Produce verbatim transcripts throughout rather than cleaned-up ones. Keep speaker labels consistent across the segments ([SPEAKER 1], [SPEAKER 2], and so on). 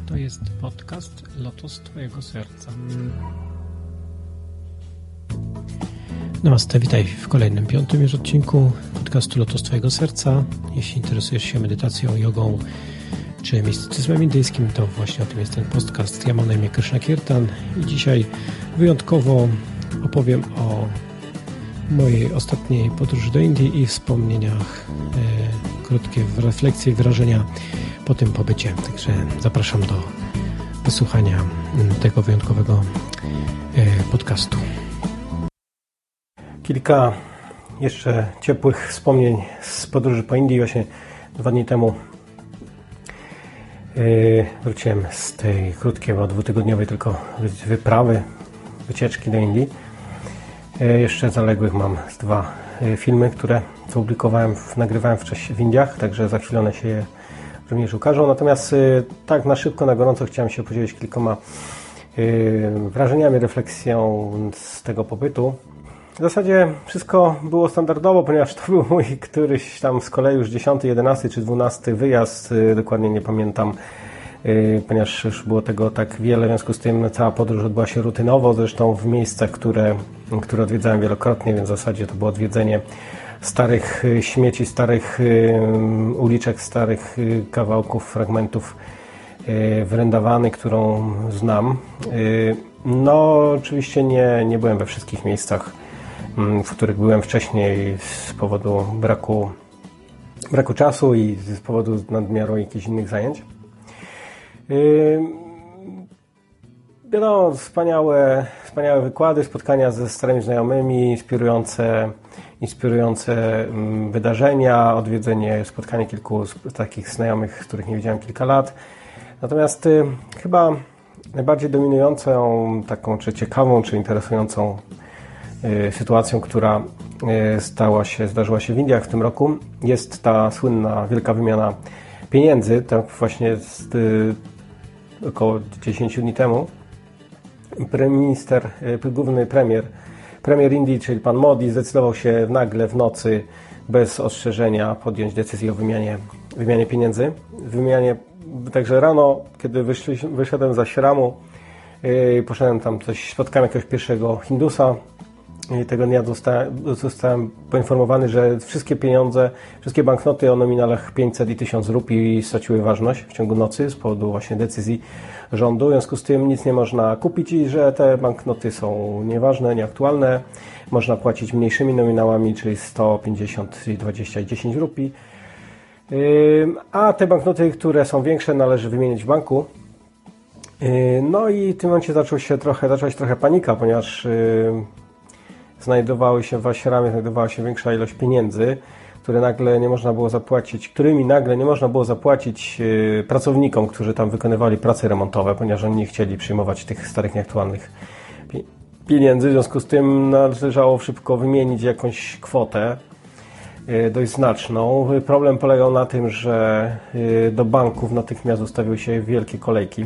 [SPEAKER 1] To jest podcast Lotos Twojego Serca. Namaste, witaj w kolejnym, piątym już odcinku podcastu Lotos Twojego Serca. Jeśli interesujesz się medytacją, jogą czy mistycyzmem indyjskim, to właśnie o tym jest ten podcast. Ja mam na imię Krishna Kirtan i dzisiaj wyjątkowo opowiem o mojej ostatniej podróży do Indii i wspomnieniach, e, krótkie refleksje i wrażenia po tym pobycie. Także zapraszam do wysłuchania tego wyjątkowego e, podcastu. Kilka jeszcze ciepłych wspomnień z podróży po Indii. Właśnie dwa dni temu e, wróciłem z tej krótkiej, bo dwutygodniowej tylko wyprawy, wycieczki do Indii. Jeszcze zaległych mam z dwa filmy, które publikowałem, nagrywałem wcześniej w Indiach, także za chwilę one się również ukażą. Natomiast tak na szybko, na gorąco chciałem się podzielić kilkoma wrażeniami, refleksją z tego pobytu. W zasadzie wszystko było standardowo, ponieważ to był mój któryś tam z kolei już dziesiąty, jedenasty czy dwunasty wyjazd, dokładnie nie pamiętam, ponieważ już było tego tak wiele, w związku z tym cała podróż odbyła się rutynowo, zresztą w miejscach, które, które odwiedzałem wielokrotnie, więc w zasadzie to było odwiedzenie starych śmieci, starych uliczek, starych kawałków, fragmentów Wrindawany, którą znam. No oczywiście nie, nie byłem we wszystkich miejscach, w których byłem wcześniej z powodu braku, braku czasu i z powodu nadmiaru jakichś innych zajęć. Wiadomo, wspaniałe, wspaniałe wykłady, spotkania ze starymi znajomymi, inspirujące, inspirujące wydarzenia, odwiedzenie, spotkanie kilku takich znajomych, z których nie widziałem kilka lat. Natomiast y, chyba najbardziej dominującą, taką czy ciekawą, czy interesującą y, sytuacją, która y, stała się, zdarzyła się w Indiach w tym roku, jest ta słynna wielka wymiana pieniędzy. Tak właśnie z, y, około dziesięciu dni temu minister, y, główny premier, premier Indii, czyli pan Modi, zdecydował się nagle w nocy bez ostrzeżenia podjąć decyzję o wymianie, wymianie pieniędzy. Wymianie, także rano, kiedy wyszli, wyszedłem z ashramu, yy, poszedłem tam coś, spotkałem jakiegoś pierwszego Hindusa i tego dnia zostałem, zostałem poinformowany, że wszystkie pieniądze, wszystkie banknoty o nominalach pięćset i tysiąc rupii straciły ważność w ciągu nocy z powodu właśnie decyzji rządu. W związku z tym nic nie można kupić i że te banknoty są nieważne, nieaktualne. Można płacić mniejszymi nominałami, czyli sto pięćdziesiąt, dwadzieścia i dziesięć rupii. A te banknoty, które są większe, należy wymienić w banku. No i w tym momencie zaczął się trochę, zaczęła się trochę panika, ponieważ znajdowały się w ashramie, znajdowała się większa ilość pieniędzy, które nagle nie można było zapłacić, którymi nagle nie można było zapłacić pracownikom, którzy tam wykonywali prace remontowe, ponieważ oni nie chcieli przyjmować tych starych, nieaktualnych pieniędzy. W związku z tym należało szybko wymienić jakąś kwotę dość znaczną. Problem polegał na tym, że do banków natychmiast ustawiły się wielkie kolejki.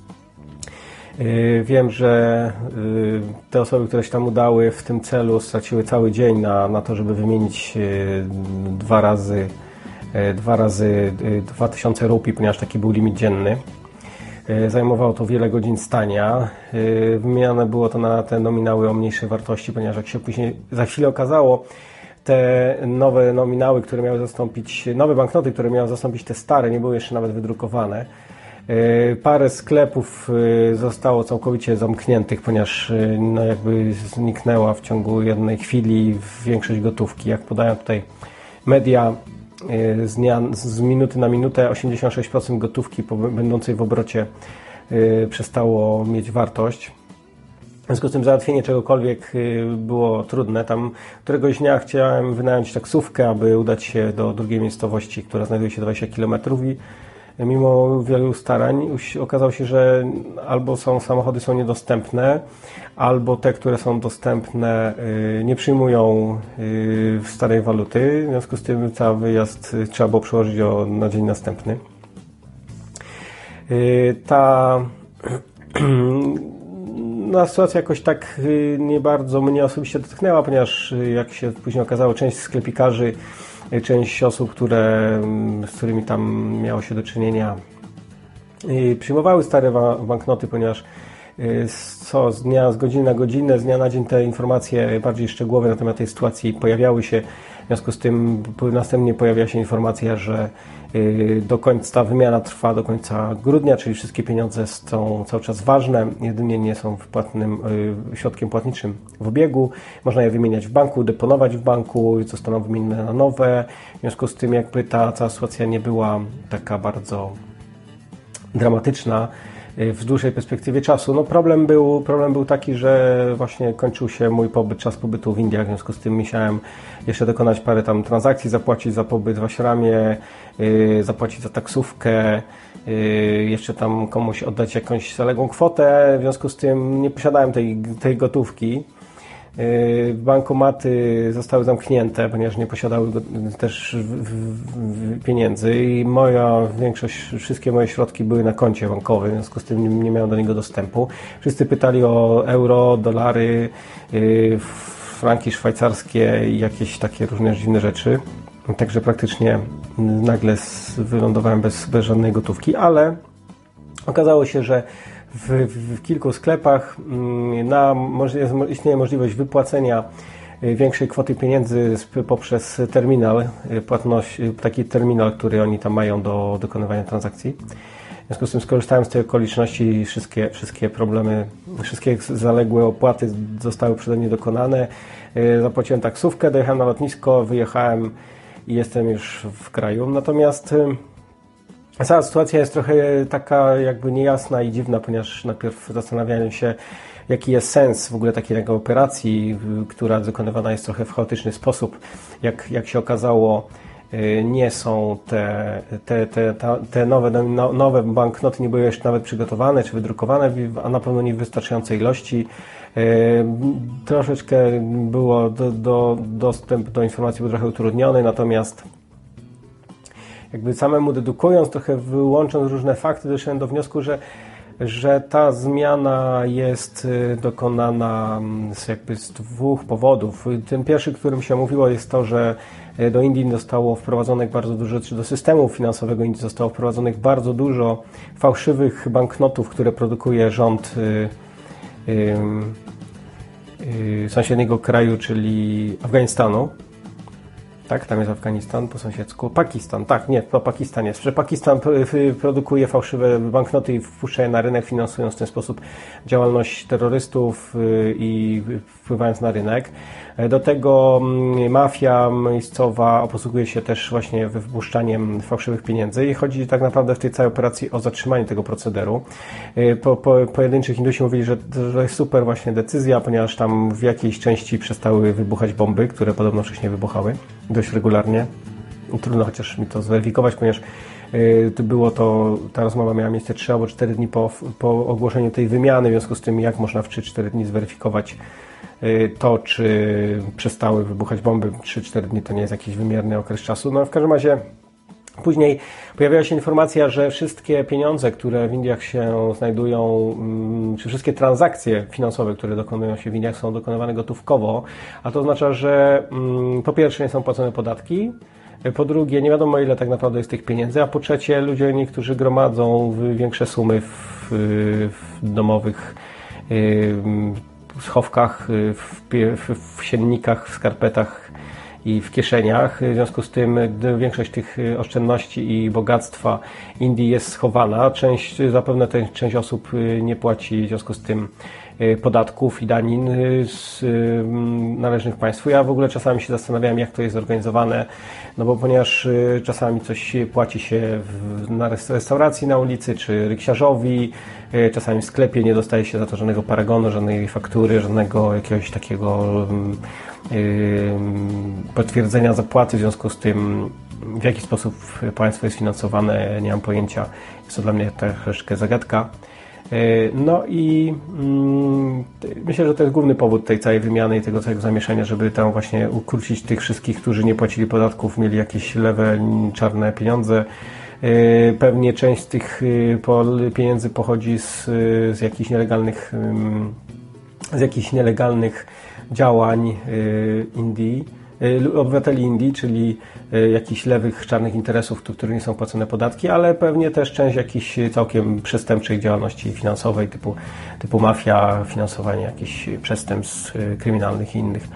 [SPEAKER 1] Wiem, że te osoby, które się tam udały w tym celu, straciły cały dzień na, na to, żeby wymienić dwa razy dwa razy dwa tysiące rupii, ponieważ taki był limit dzienny. Zajmowało to wiele godzin stania. Wymieniane było to na te nominały o mniejszej wartości, ponieważ jak się później za chwilę okazało, te nowe nominały, które miały zastąpić, nowe banknoty, które miały zastąpić te stare, nie były jeszcze nawet wydrukowane. Parę sklepów zostało całkowicie zamkniętych, ponieważ no jakby zniknęła w ciągu jednej chwili większość gotówki. Jak podają tutaj media, z, dnia, z minuty na minutę osiemdziesiąt sześć procent gotówki będącej w obrocie przestało mieć wartość. W związku z tym załatwienie czegokolwiek było trudne. Tam któregoś dnia chciałem wynająć taksówkę, aby udać się do drugiej miejscowości, która znajduje się dwadzieścia kilometrów i mimo wielu starań okazało się, że albo są samochody są niedostępne, albo te, które są dostępne, nie przyjmują starej waluty. W związku z tym cały wyjazd trzeba było przełożyć na dzień następny. Ta no, sytuacja jakoś tak nie bardzo mnie osobiście dotknęła, ponieważ jak się później okazało, część sklepikarzy, część osób, które, z którymi tam miało się do czynienia, przyjmowały stare banknoty, ponieważ co z dnia, z godziny na godzinę, z dnia na dzień te informacje bardziej szczegółowe na temat tej sytuacji pojawiały się. W związku z tym następnie pojawia się informacja, że do końca wymiana trwa do końca grudnia, czyli wszystkie pieniądze są cały czas ważne, jedynie nie są płatnym środkiem płatniczym w obiegu. Można je wymieniać w banku, deponować w banku, zostaną wymienione na nowe. W związku z tym jakby ta cała sytuacja nie była taka bardzo dramatyczna w dłuższej perspektywie czasu. No problem był, problem był taki, że właśnie kończył się mój pobyt, czas pobytu w Indiach, w związku z tym musiałem jeszcze dokonać parę tam transakcji, zapłacić za pobyt w Ashramie, yy, zapłacić za taksówkę, yy, jeszcze tam komuś oddać jakąś zaległą kwotę, w związku z tym nie posiadałem tej, tej gotówki. Bankomaty zostały zamknięte, ponieważ nie posiadały też pieniędzy i moja większość, wszystkie moje środki były na koncie bankowym, w związku z tym nie, nie miałem do niego dostępu. Wszyscy pytali o euro, dolary, franki szwajcarskie i jakieś takie różne dziwne rzeczy. Także praktycznie nagle wylądowałem bez, bez żadnej gotówki, ale okazało się, że W, w, w kilku sklepach na, istnieje możliwość wypłacenia większej kwoty pieniędzy poprzez terminal, płatność, taki terminal, który oni tam mają do dokonywania transakcji. W związku z tym skorzystałem z tej okoliczności i wszystkie, wszystkie problemy, wszystkie zaległe opłaty zostały przeze mnie dokonane. Zapłaciłem taksówkę, dojechałem na lotnisko, wyjechałem i jestem już w kraju. Natomiast cała sytuacja jest trochę taka jakby niejasna i dziwna, ponieważ najpierw zastanawiałem się, jaki jest sens w ogóle takiej operacji, która dokonywana jest trochę w chaotyczny sposób. Jak, jak się okazało, nie są te, te, te, te nowe, nowe banknoty nie były jeszcze nawet przygotowane czy wydrukowane, a na pewno nie w wystarczającej ilości. Troszeczkę było do, do, dostęp do informacji był trochę utrudniony, natomiast jakby samemu dedukując, trochę wyłącząc różne fakty, doszedłem do wniosku, że, że ta zmiana jest dokonana z, jakby z dwóch powodów. Ten pierwszy, którym się mówiło, jest to, że do Indii zostało wprowadzonych bardzo dużo, czy do systemu finansowego Indii zostało wprowadzonych bardzo dużo fałszywych banknotów, które produkuje rząd yy, yy, sąsiedniego kraju, czyli Afganistanu. Tak, tam jest Afganistan po sąsiedzku. Pakistan, tak, nie, to Pakistan jest. Że Pakistan produkuje fałszywe banknoty i wpuszcza je na rynek, finansując w ten sposób działalność terrorystów i wpływając na rynek. Do tego mafia miejscowa posługuje się też właśnie wypuszczaniem fałszywych pieniędzy i chodzi tak naprawdę w tej całej operacji o zatrzymanie tego procederu. Po, po, pojedynczych Indusi mówili, że to jest super właśnie decyzja, ponieważ tam w jakiejś części przestały wybuchać bomby, które podobno wcześniej wybuchały dość regularnie. Trudno chociaż mi to zweryfikować, ponieważ to było to, ta rozmowa miała miejsce trzy albo cztery dni po, po ogłoszeniu tej wymiany, w związku z tym jak można w trzy cztery dni zweryfikować to, czy przestały wybuchać bomby. trzy cztery dni to nie jest jakiś wymierny okres czasu. No w każdym razie później pojawiła się informacja, że wszystkie pieniądze, które w Indiach się znajdują, czy wszystkie transakcje finansowe, które dokonują się w Indiach, są dokonywane gotówkowo, a to oznacza, że po pierwsze nie są płacone podatki, po drugie nie wiadomo ile tak naprawdę jest tych pieniędzy, a po trzecie ludzie niektórzy gromadzą większe sumy w, w domowych schowkach, w, w, w siennikach, w skarpetach i w kieszeniach. W związku z tym większość tych oszczędności i bogactwa Indii jest schowana. Część, zapewne te, część osób nie płaci w związku z tym podatków i danin z należnych państwu. Ja w ogóle czasami się zastanawiałem, jak to jest zorganizowane, no bo ponieważ czasami coś płaci się w, na restauracji na ulicy, czy ryksiarzowi, czasami w sklepie nie dostaje się za to żadnego paragonu, żadnej faktury, żadnego jakiegoś takiego yy, potwierdzenia zapłaty, w związku z tym w jaki sposób państwo jest finansowane, nie mam pojęcia. Jest to dla mnie troszeczkę zagadka. No i mm, myślę, że to jest główny powód tej całej wymiany i tego całego zamieszania, żeby tam właśnie ukrócić tych wszystkich, którzy nie płacili podatków, mieli jakieś lewe, czarne pieniądze. Pewnie część z tych pieniędzy pochodzi z, z jakichś nielegalnych z jakichś nielegalnych działań Indii, obywateli Indii, czyli jakichś lewych, czarnych interesów, w których nie są płacone podatki, ale pewnie też część jakiejś całkiem przestępczej działalności finansowej, typu, typu mafia, finansowanie jakichś przestępstw kryminalnych i innych.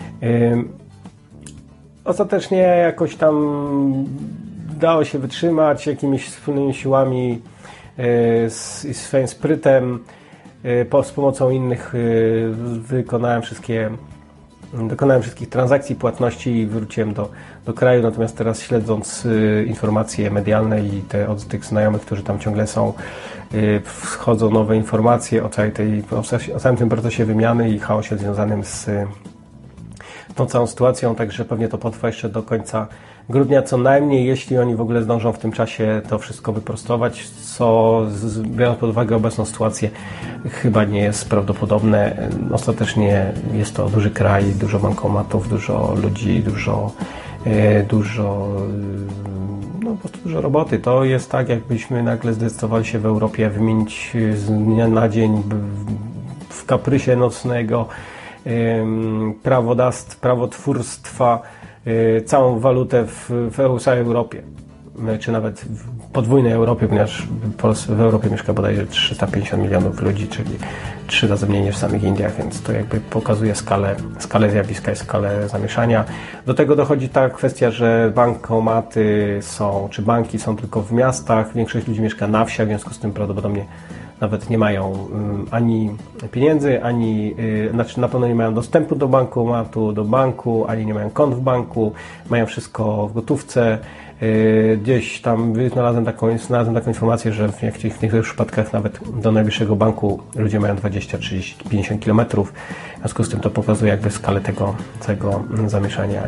[SPEAKER 1] Ostatecznie jakoś tam dało się wytrzymać jakimiś wspólnymi siłami i swoim sprytem. Po, z pomocą innych wykonałem wszystkie, dokonałem wszystkich transakcji, płatności i wróciłem do, do kraju. Natomiast teraz, śledząc informacje medialne i te od tych znajomych, którzy tam ciągle są, wchodzą nowe informacje o całej tej, o całym tym procesie wymiany i chaosie związanym z tą całą sytuacją, także pewnie to potrwa jeszcze do końca grudnia co najmniej, jeśli oni w ogóle zdążą w tym czasie to wszystko wyprostować, co biorąc pod uwagę obecną sytuację chyba nie jest prawdopodobne. Ostatecznie jest to duży kraj, dużo bankomatów, dużo ludzi, dużo, dużo, no po prostu dużo roboty. To jest tak, jakbyśmy nagle zdecydowali się w Europie wymienić z dnia na dzień w kaprysie nocnego prawodawstw, prawotwórstwa całą walutę w, w całej Europie, czy nawet w podwójnej Europie, ponieważ w Europie mieszka bodajże trzysta pięćdziesiąt milionów ludzi, czyli trzy razy mniej niż w samych Indiach, więc to jakby pokazuje skalę, skalę zjawiska i skalę zamieszania. Do tego dochodzi ta kwestia, że bankomaty są, czy banki są tylko w miastach, większość ludzi mieszka na wsiach, w związku z tym prawdopodobnie nawet nie mają um, ani pieniędzy, ani, yy, znaczy na pewno nie mają dostępu do bankomatu, do banku, ani nie mają kont w banku, mają wszystko w gotówce. Yy, gdzieś tam znalazłem taką, znalazłem taką informację, że w niektórych przypadkach nawet do najbliższego banku ludzie mają dwadzieścia, trzydzieści, pięćdziesiąt kilometrów. W związku z tym to pokazuje jakby skalę tego, tego zamieszania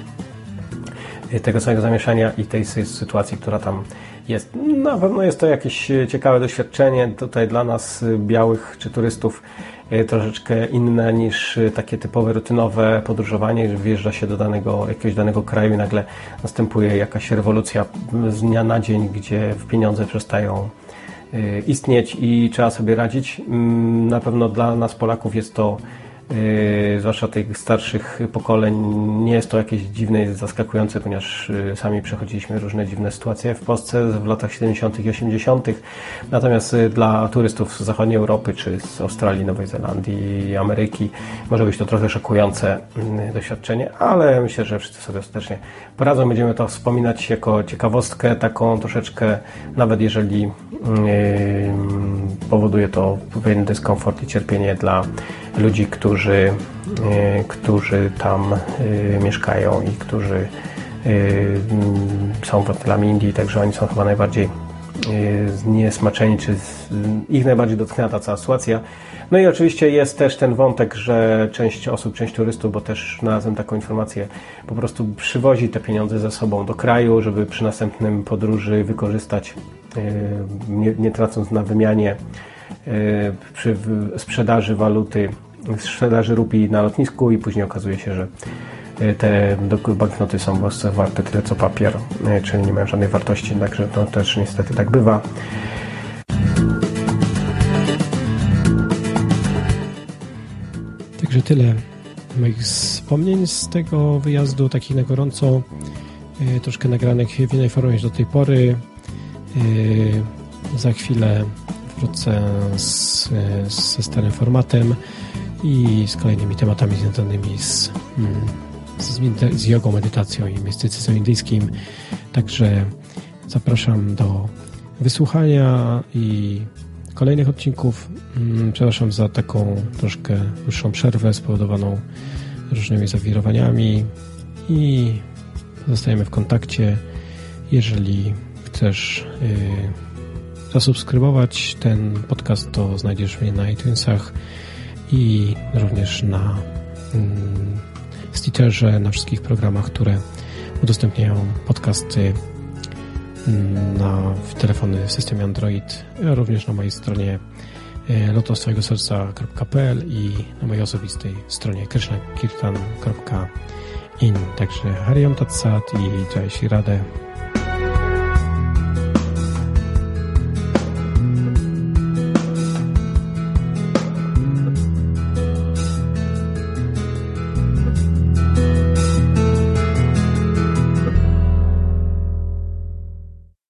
[SPEAKER 1] i tego całego zamieszania i tej sytuacji, która tam jest. Na pewno jest to jakieś ciekawe doświadczenie tutaj dla nas, białych czy turystów, troszeczkę inne niż takie typowe, rutynowe podróżowanie, że wjeżdża się do danego, jakiegoś danego kraju i nagle następuje jakaś rewolucja z dnia na dzień, gdzie pieniądze przestają istnieć i trzeba sobie radzić. Na pewno dla nas, Polaków, jest to, Yy, zwłaszcza tych starszych pokoleń, nie jest to jakieś dziwne, zaskakujące, ponieważ yy, sami przechodziliśmy różne dziwne sytuacje w Polsce w latach siedemdziesiątych i osiemdziesiątych. Natomiast yy, dla turystów z zachodniej Europy, czy z Australii, Nowej Zelandii, Ameryki może być to trochę szokujące yy, doświadczenie, ale myślę, że wszyscy sobie ostatecznie poradzą. Będziemy to wspominać jako ciekawostkę taką troszeczkę, nawet jeżeli yy, powoduje to pewien dyskomfort i cierpienie dla ludzi, którzy, y, którzy tam y, mieszkają i którzy y, są obywatelami Indii, także oni są chyba najbardziej y, zniesmaczeni, czy z, ich najbardziej dotknęła ta cała sytuacja. No i oczywiście jest też ten wątek, że część osób, część turystów, bo też znalazłem taką informację, po prostu przywozi te pieniądze ze sobą do kraju, żeby przy następnym podróży wykorzystać, y, nie, nie tracąc na wymianie, y, przy sprzedaży waluty, sprzedaży rupii na lotnisku i później okazuje się, że te banknoty są warte tyle co papier, czyli nie mają żadnej wartości, także to też niestety tak bywa.
[SPEAKER 2] Także tyle moich wspomnień z tego wyjazdu, takich na gorąco, troszkę nagranych w innej formie do tej pory. Za chwilę wrócę z, ze starym formatem i z kolejnymi tematami związanymi z, z, z jogą, medytacją i mistycyzmem indyjskim. Także zapraszam do wysłuchania i kolejnych odcinków. Przepraszam za taką troszkę dłuższą przerwę spowodowaną różnymi zawirowaniami i pozostajemy w kontakcie. Jeżeli chcesz yy, zasubskrybować ten podcast, to znajdziesz mnie na iTunesach i również na mm, Stitcherze, na wszystkich programach, które udostępniają podcasty na telefony w systemie Android, a również na mojej stronie lotos twojego serca kropka p l i na mojej osobistej stronie krishnakirtan kropka in. Także Hariam Tat Sat i Jai Shri Radhe.